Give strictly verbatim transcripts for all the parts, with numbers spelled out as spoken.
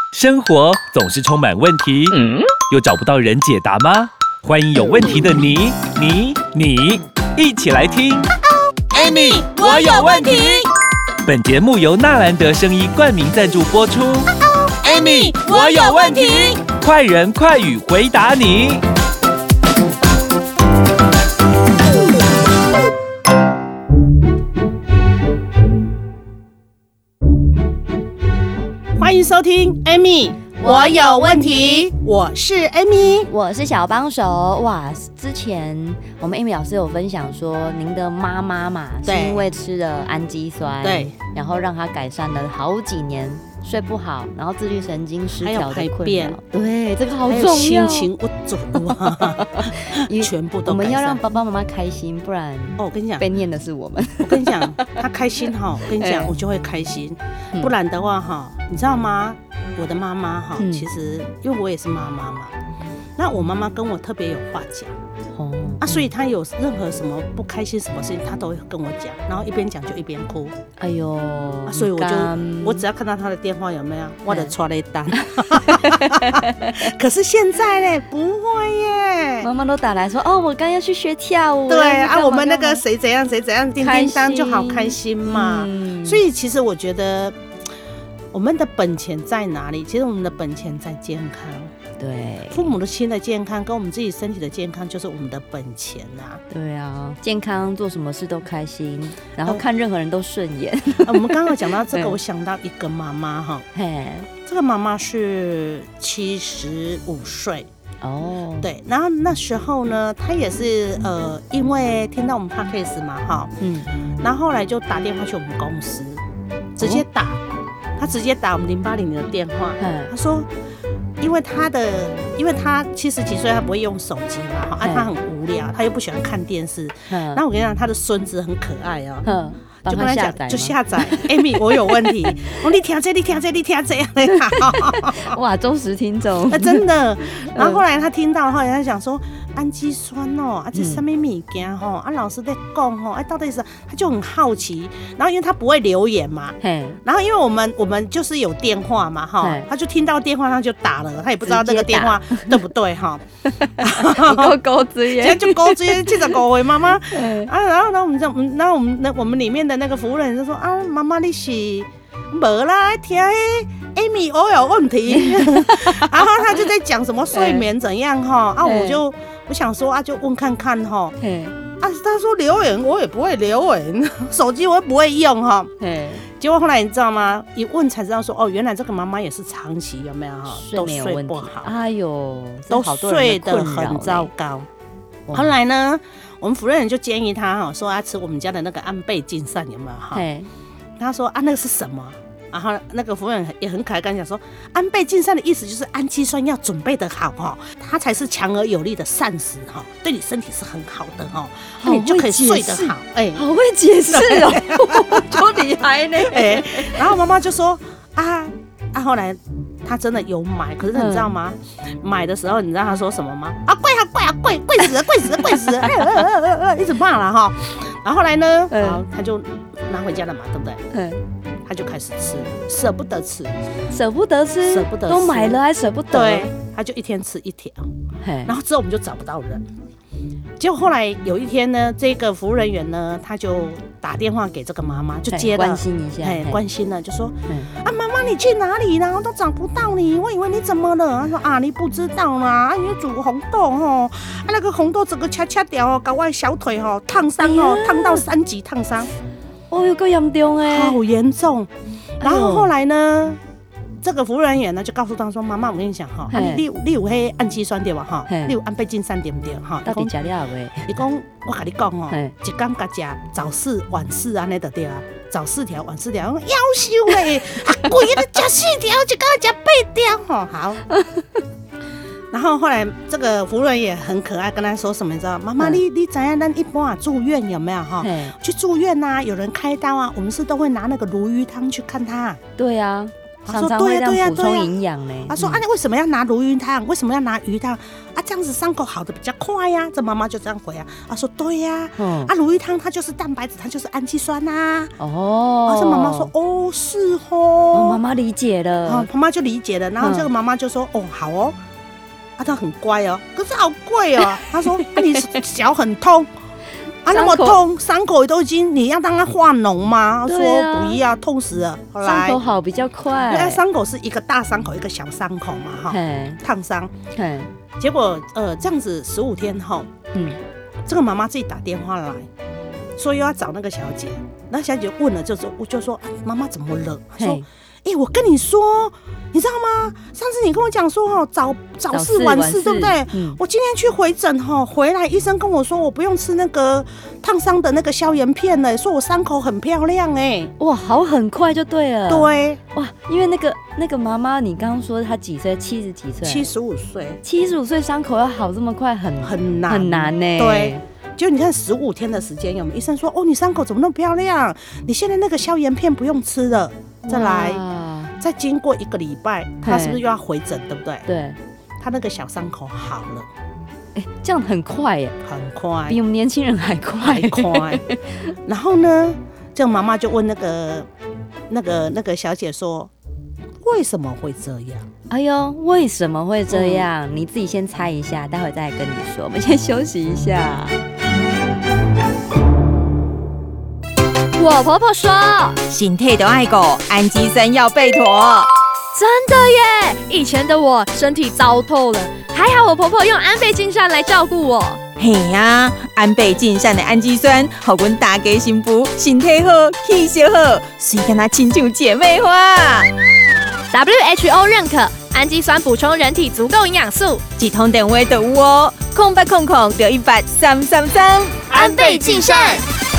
生活总是充满问题，嗯、又找不到人解答吗？欢迎有问题的你、你、你一起来听。 Amy， 我有问题。 本节目由纳兰德生医冠名赞助播出。 Amy， 我有问题。 快人快语回答你。 欢迎收听 Amy， 我有问题。我是 Amy， 我是小帮手。哇，之前我们 Amy 老师有分享说，您的妈妈嘛，是因为吃了氨基酸，对，然后让她改善了好几年睡不好，然后自律神经失调的困扰。对，这个好重要。 心情不足啊，全部都改善。 我们要让爸爸妈妈开心，不然哦，我跟你讲， 被念的是我们。 我跟你讲，他开心哈，我跟你讲，我就会开心。不然的话哈，你知道吗？我的妈妈哈，其实因为我也是妈妈嘛，那我妈妈跟我特别有话讲。哦啊，所以她有任何什么不开心什么事情，她都会跟我讲，然后一边讲就一边哭。 哎呦， 啊、所以我就我只要看到她的电话有没有，我就抓了一单。可是现在呢，不会耶， 妈妈都打来说，哦，我刚要去学跳舞。 对啊，我们那个谁怎样谁怎样，叮叮当就好开心嘛。嗯、所以其实我觉得，我们的本钱在哪里？其实我们的本钱在健康。 对， 父母的心的健康跟我们自己身体的健康就是我们的本钱啊。 对啊，健康做什么事都开心，然后看任何人都顺眼。 啊、我们刚刚讲到这个，我想到一个妈妈哈，这个妈妈是七十五岁哦，对，然后那时候呢，她也是呃，因为听到我们 podcast 嘛哈，嗯，然后后来就打电话去我们公司，直接打，她直接打我们零八零零的电话，她说。因为他的，因为他七十几岁，他不会用手机嘛，啊，他很无聊，他又不喜欢看电视。那我跟你讲，他的孙子很可爱哦，就跟他讲，就下载。Amy， 我有问题，我你听这，你听这，你听这样的。 哇，忠实听众， 那真的。然后后来他听到，后来他想说。氨基酸哦，啊，这什么物件吼？啊，老师在讲吼，哎，到底是他就很好奇。然后因为他不会留言嘛，然后因为我们我们就是有电话嘛，哈，他就听到电话他就打了，他也不知道那个电话对不对哈。 够勾子耶， 现在就勾子耶，七十五岁妈妈啊，然后然后我们这，然后我们那我们里面的那个服务人就说啊，妈妈你是没啦，听迄。Amy， 我有问题，然后他就在讲什么睡眠怎样哈，啊，我就我想说啊，就问看看哈，啊，他说留言我也不会留言，手机我也不会用哈，结果后来你知道吗？一问才知道说哦，原来这个妈妈也是长期有没有哈，都睡不好， 哎呦， 都睡得很糟糕。后来呢，我们辅任人就建议他哈，说要吃我们家的那个安倍晋善有没有哈？他说啊，那个是什么？然后那个服务员也很可爱，跟他讲说，安倍晋善的意思就是氨基酸要准备的好哈，它才是强而有力的膳食哈，对你身体是很好的哈，那你就可以睡得好。哎， 好会解释哦，多厉害呢！ 哎，然后妈妈就说啊啊，后来他真的有买，可是你知道吗？买的时候你知道他说什么吗？啊贵啊贵啊贵贵死了贵死了贵死了，哎呃呃呃一直骂了哈。然后后来呢，然后他就拿回家了嘛，对不对？嗯。他就开始吃，舍不得吃， 舍不得吃， 舍不得吃， 都买了还舍不得。 对，他就一天吃一条，然后之后我们就找不到人。结果后来有一天呢，这个服务人员呢，他就打电话给这个妈妈，就接了， 关心一下， 哎，关心了，就说啊，妈妈你去哪里啦？我都找不到你，我以为你怎么了？他说啊，你不知道啦，啊，你煮红豆吼，啊，那个红豆整个掐掐掉哦，搞我的小腿吼烫伤哦，烫到三级烫伤。 哦，有够严重哎， 好严重。然后后来呢，这个服务人员呢就告诉他说：“妈妈，我跟你讲哈，你有你有迄氨基酸对吧？哈，你有安倍晋善对不对？哈， 到底吃了未？ 你讲，我跟你讲哦，一天甲食早四晚四安尼就对啊，早四条晚四条，夭寿嘞，啊贵啊，你食四条，一天食八条吼，好。”然后后来这个服务人也很可爱，跟他说什么你知道？妈妈，你你知道咱一般啊住院有没有哈？去住院呐、啊，有人开刀啊，我们是都会拿那个鲈鱼汤去看他。 对啊， 常常会这样补充营养呢。 他说啊，你为什么要拿鲈鱼汤？为什么要拿鱼汤啊？这样子伤口好的比较快呀。这妈妈就这样回啊。他说对呀，啊鲈鱼汤它就是蛋白质，它就是氨基酸呐。哦，这妈妈说哦是哦， 妈妈理解了， 妈妈就理解了。然后这个妈妈就说哦好哦，啊他很乖哦，可是好贵哦。他说啊你脚很痛。啊，那么痛，伤口都已经，你要让它化脓吗？说不要，痛死了。 伤口好比较快。 因为伤口是一个大伤口，一个小伤口嘛，哈，烫伤。结果呃，这样子十五天后，嗯，这个妈妈自己打电话来，说又要找那个小姐，那小姐问了，就是我就说妈妈怎么了？她说。哎、欸，我跟你说，你知道吗？上次你跟我讲说哦，早早市晚市，对不对？嗯、我今天去回诊哈，回来医生跟我说，我不用吃那个烫伤的那个消炎片了，说我伤口很漂亮哎。 哇，好很快就对了。 对， 哇，因为那个那个妈妈，你刚刚说她几岁？七十几岁？ 七十五岁。 七十五岁伤口要好这么快，很很难很难呢。 对。就你看十五天的时间，有没有医生说哦，你伤口怎么那么漂亮？你现在那个消炎片不用吃了，再来，再经过一个礼拜，他是不是又要回诊，对不对？ 对， 他那个小伤口好了， 哎、欸，这样很快耶， 很快， 比我们年轻人还快， 还快。然后呢，这个妈妈就问那个那个那个小姐说，为什么会这样？ 哎呦，为什么会这样？嗯、你自己先猜一下，待会再来跟你说。我们先休息一下。 我婆婆说，身体都爱狗，氨基酸要备妥。真的耶！以前的我身体糟透了，还好我婆婆用安倍晋善来照顾我。嘿呀、啊，安倍晋善的氨基酸，互阮大家幸福，身体好，气色好，所以跟她亲像姐妹花。W H O 认可氨基酸补充人体足够营养素，一通电话就有哦，空八空空六一八三三三，安倍晋善。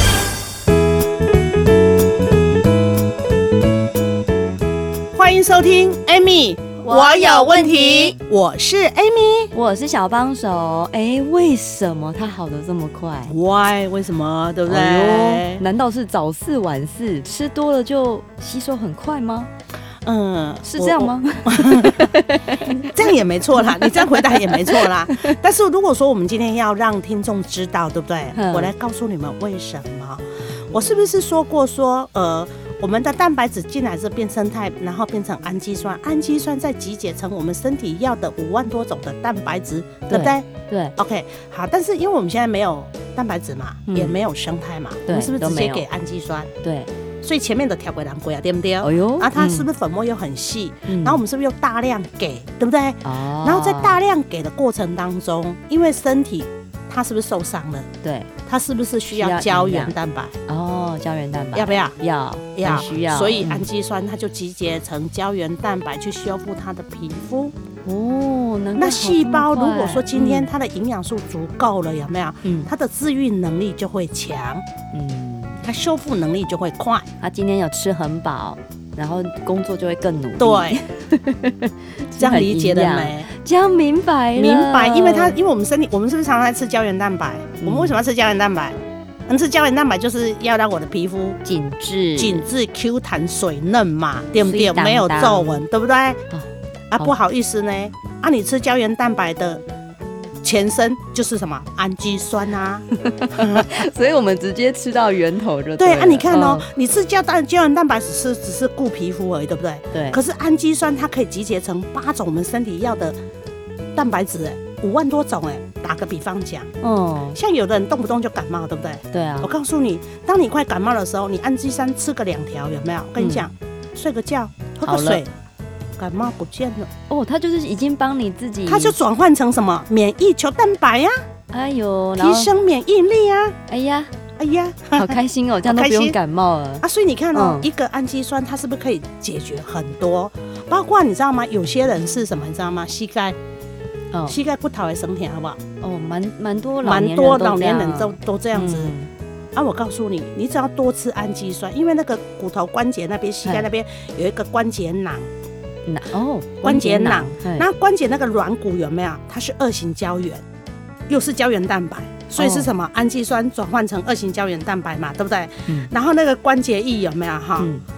欢迎收听 Amy， 我有问题，我是 Amy， 我是小帮手。哎、欸，为什么它好得这么快 ？Why？ 为什么？对不对？ 哎、难道是早四晚四吃多了就吸收很快吗？嗯，是这样吗？ 这样也没错啦，你这样回答也没错啦。但是如果说我们今天要让听众知道，对不对？我来告诉你们为什么。我是不是说过说，呃，我们的蛋白质进来是变生态，然后变成氨基酸，氨基酸再集结成我们身体要的五万多种的蛋白质，对不对？ 对。 OK， 好，但是因为我们现在没有蛋白质嘛，嗯、也没有生态嘛，我们是不是直接给氨基酸？ 对。 所以前面的调鬼蓝龟啊，对不对？哎呦，啊，它是不是粉末又很细？嗯、然后我们是不是又大量给，对不对？哦。然后在大量给的过程当中，因为身体它是不是受伤了？ 对。 它是不是需要胶原蛋白？ 哦，胶原蛋白要不要？ 要， 要， 需要。 所以氨基酸它就集结成胶原蛋白去修复它的皮肤。哦，那细胞如果说今天它的营养素足够了，有没有？嗯，它的自愈能力就会强。嗯，它修复能力就会快。 它今天有吃很饱，然后工作就会更努力。 对，这样理解了没？ 这样明白了， 明白。因为它，因为我们身体，我们是不是常常在吃胶原蛋白？嗯、我们为什么要吃胶原蛋白？能吃胶原蛋白就是要让我的皮肤紧致、 紧致、Q 弹、水嫩嘛，对不对？没有皱纹，对不对？啊，啊不好意思呢，啊，你吃胶原蛋白的前身就是什么氨基酸啊， 所以我们直接吃到源头就对了。 对啊，你看哦，嗯、你吃胶胶原蛋白只是只是顾皮肤而已，对不对？ 对。 可是氨基酸它可以集结成八种我们身体要的蛋白质，哎，五万多种，哎。打个比方讲，哦，像有的人动不动就感冒，对不对？ 对啊。 我告诉你，当你快感冒的时候，你氨基酸吃个两条，有没有？跟你讲，嗯、睡个觉，喝个水，感冒不见了。 哦，它就是已经帮你自己， 它就转换成什么免疫球蛋白呀、啊？ 哎呦， 提升免疫力啊！ 哎呀， 哎呀， 好开心哦，这样都不用感冒了啊！所以你看哦，嗯、一个氨基酸它是不是可以解决很多？包括你知道吗？有些人是什么？你知道吗？膝盖。哦、膝盖骨头会生疼，好不好？ 哦，蛮蛮多老年人都老年人都都这样子。嗯、啊，我告诉你，你只要多吃氨基酸，因为那个骨头关节那边、膝盖那边有一个关节囊。 哦， 关节囊。那关节那个软骨有没有？它是二型胶原，又是胶原蛋白，所以是什么？氨基酸转换成二型胶原蛋白嘛，对不对？嗯、然后那个关节液有没有哈？嗯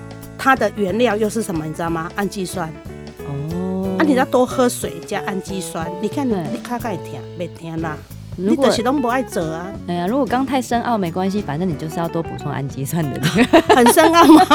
它的原料又是什么？你知道吗？氨基酸。哦。啊，你要多喝水加氨基酸。你看你你卡开甜，没甜啦。你就是都不爱做啊。 哎呀，如果刚太深奥没关系，反正你就是要多补充氨基酸的。 很深奥吗？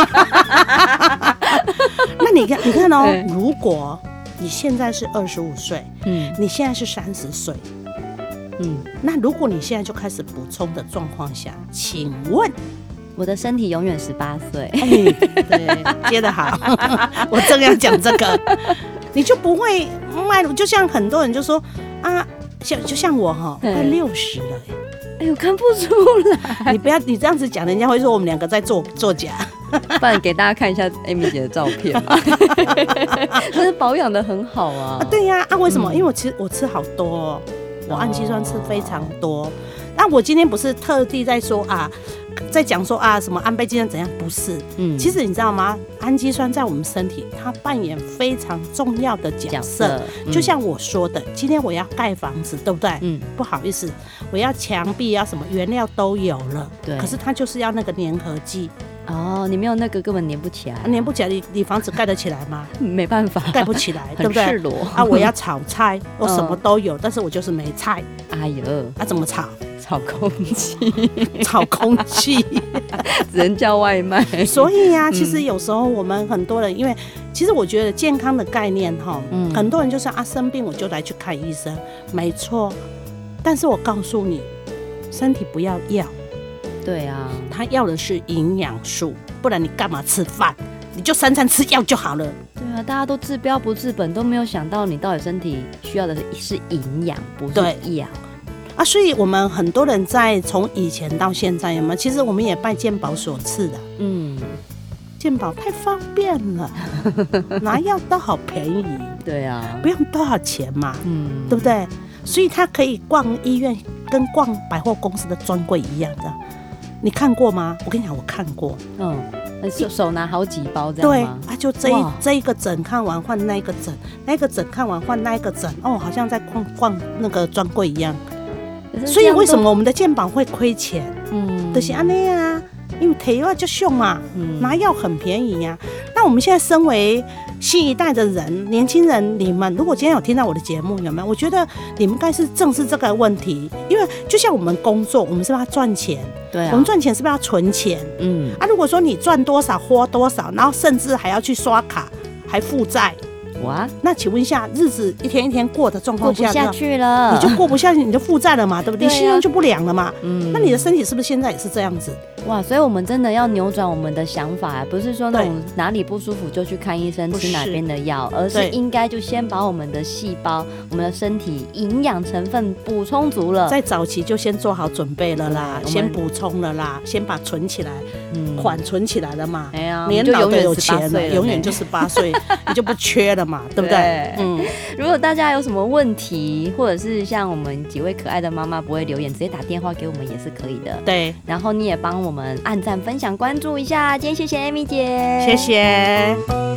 那你看，你看哦，如果你现在是二十五岁，嗯，你现在是三十岁，嗯，那如果你现在就开始补充的状况下，请问我的身体永远十八岁？ 哎，对，接得好，我正要讲这个，你就不会迈入，就像很多人就说啊。像就像我哈，快六十了， 哎呦，看不出来。 你不要你这样子讲，人家会说我们两个在做作假。 不然给大家看一下 Amy 姐的照片嘛。但是保养的很好啊。 啊对呀，啊为什么？嗯、因为我吃我吃好多、哦，我氨基酸吃非常多。那、哦、我今天不是特地在说啊。在讲说啊什么安倍晋三怎样，不是，嗯，其实你知道吗？氨基酸在我们身体它扮演非常重要的角色，嗯、就像我说的，今天我要盖房子，对不对？嗯，不好意思，我要墙壁要什么原料都有了，对，可是它就是要那个粘合剂。 哦，你没有那个根本粘不起来， 粘不起来，你你房子盖得起来吗？ 没办法， 盖不起来，对不对？ 赤裸啊！我要炒菜，我什么都有，但是我就是没菜。 哎呦， 啊怎么炒？ 炒空气， 炒空气， 只能叫外卖。 所以呀、啊，其实有时候我们很多人，因为其实我觉得健康的概念哈，嗯，很多人就是啊生病我就来去看医生，没错。但是我告诉你，身体不要药。 对啊， 他要的是营养素，不然你干嘛吃饭？你就三餐吃药就好了。 对啊，大家都治标不治本，都没有想到你到底身体需要的是营养，不是药。 啊，所以我们很多人在从以前到现在，有没有？其实我们也拜健保所赐的。嗯，健保太方便了，拿药都好便宜。 对啊， 不用多少钱嘛。嗯，对不对？所以他可以逛医院，跟逛百货公司的专柜一样的。你看过吗？我跟你讲，我看过。嗯， 手手拿好几包这样吗？ 对啊，就这一这一个诊看完换那一个诊，那个诊看完换那一个诊，哦，好像在逛逛那个专柜一样。所以为什么我们的健保会亏钱？嗯，就是这样啊，因为提药就凶嘛，嗯、拿药很便宜呀、啊。那我们现在身为新一代的人，年轻人，你们如果今天有听到我的节目，有没有？我觉得你们应该是正视这个问题，因为就像我们工作，我们是不是要赚钱？对啊，我们赚钱是不是要存钱？嗯，啊，如果说你赚多少花多少，然后甚至还要去刷卡，还负债。哇，那请问一下，日子一天一天过的状况下， 过不下去了， 你就过不下去，你就负债了嘛，对不对？你信用就不良了嘛。嗯，那你的身体是不是现在也是这样子？ 哇，所以我们真的要扭转我们的想法，不是说那种哪里不舒服就去看医生吃哪边的药，而是应该就先把我们的细胞、我们的身体营养成分补充足了， 在早期就先做好准备了啦，先补充了啦，先把存起来，嗯，款存起来了嘛。哎呀，年老的有钱了，永远就十八岁，你就不缺了嘛，对不对？ 嗯，如果大家有什么问题，或者是像我们几位可爱的妈妈不会留言，直接打电话给我们也是可以的。 对， 然后你也帮我们按赞、分享、关注一下。今天谢谢 Amy 姐， 谢谢。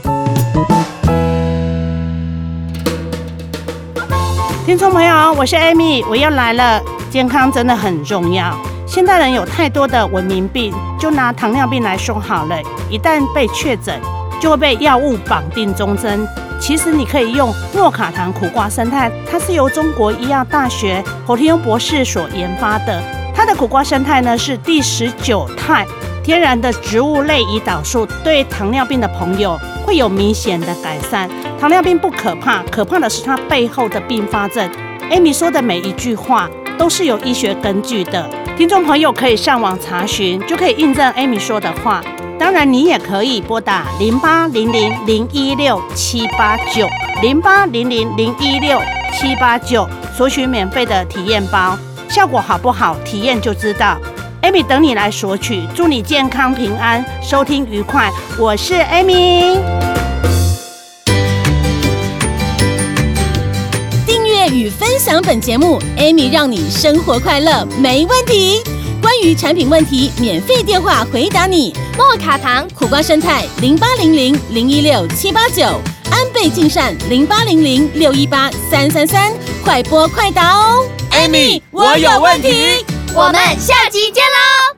听众朋友，我是 Amy， 我又来了。健康真的很重要。现代人有太多的文明病，就拿糖尿病来说好了，一旦被确诊，就会被药物绑定终身。其实你可以用诺卡糖苦瓜胜肽，它是由中国医药大学侯天庸博士所研发的。它的苦瓜胜肽呢是第十九肽，天然的植物类胰岛素，对糖尿病的朋友会有明显的改善。糖尿病不可怕，可怕的是它背后的并发症。Amy 说的每一句话都是有医学根据的，听众朋友可以上网查询，就可以印证 Amy 说的话。当然，你也可以拨打零八零零零一六七八九零八零零零一六七八九，索取免费的体验包，效果好不好，体验就知道。Amy 等你来索取，祝你健康平安，收听愉快。我是 Amy。 订阅与分享本节目 ，Amy 让你生活快乐没问题。关于产品问题，免费电话回答你。 莫卡糖、 苦瓜胜肽零八零零零一六七八九，安倍晋善零八零零六一八三三三，快拨快答哦。 Amy， 我有问题， 我们下集见喽。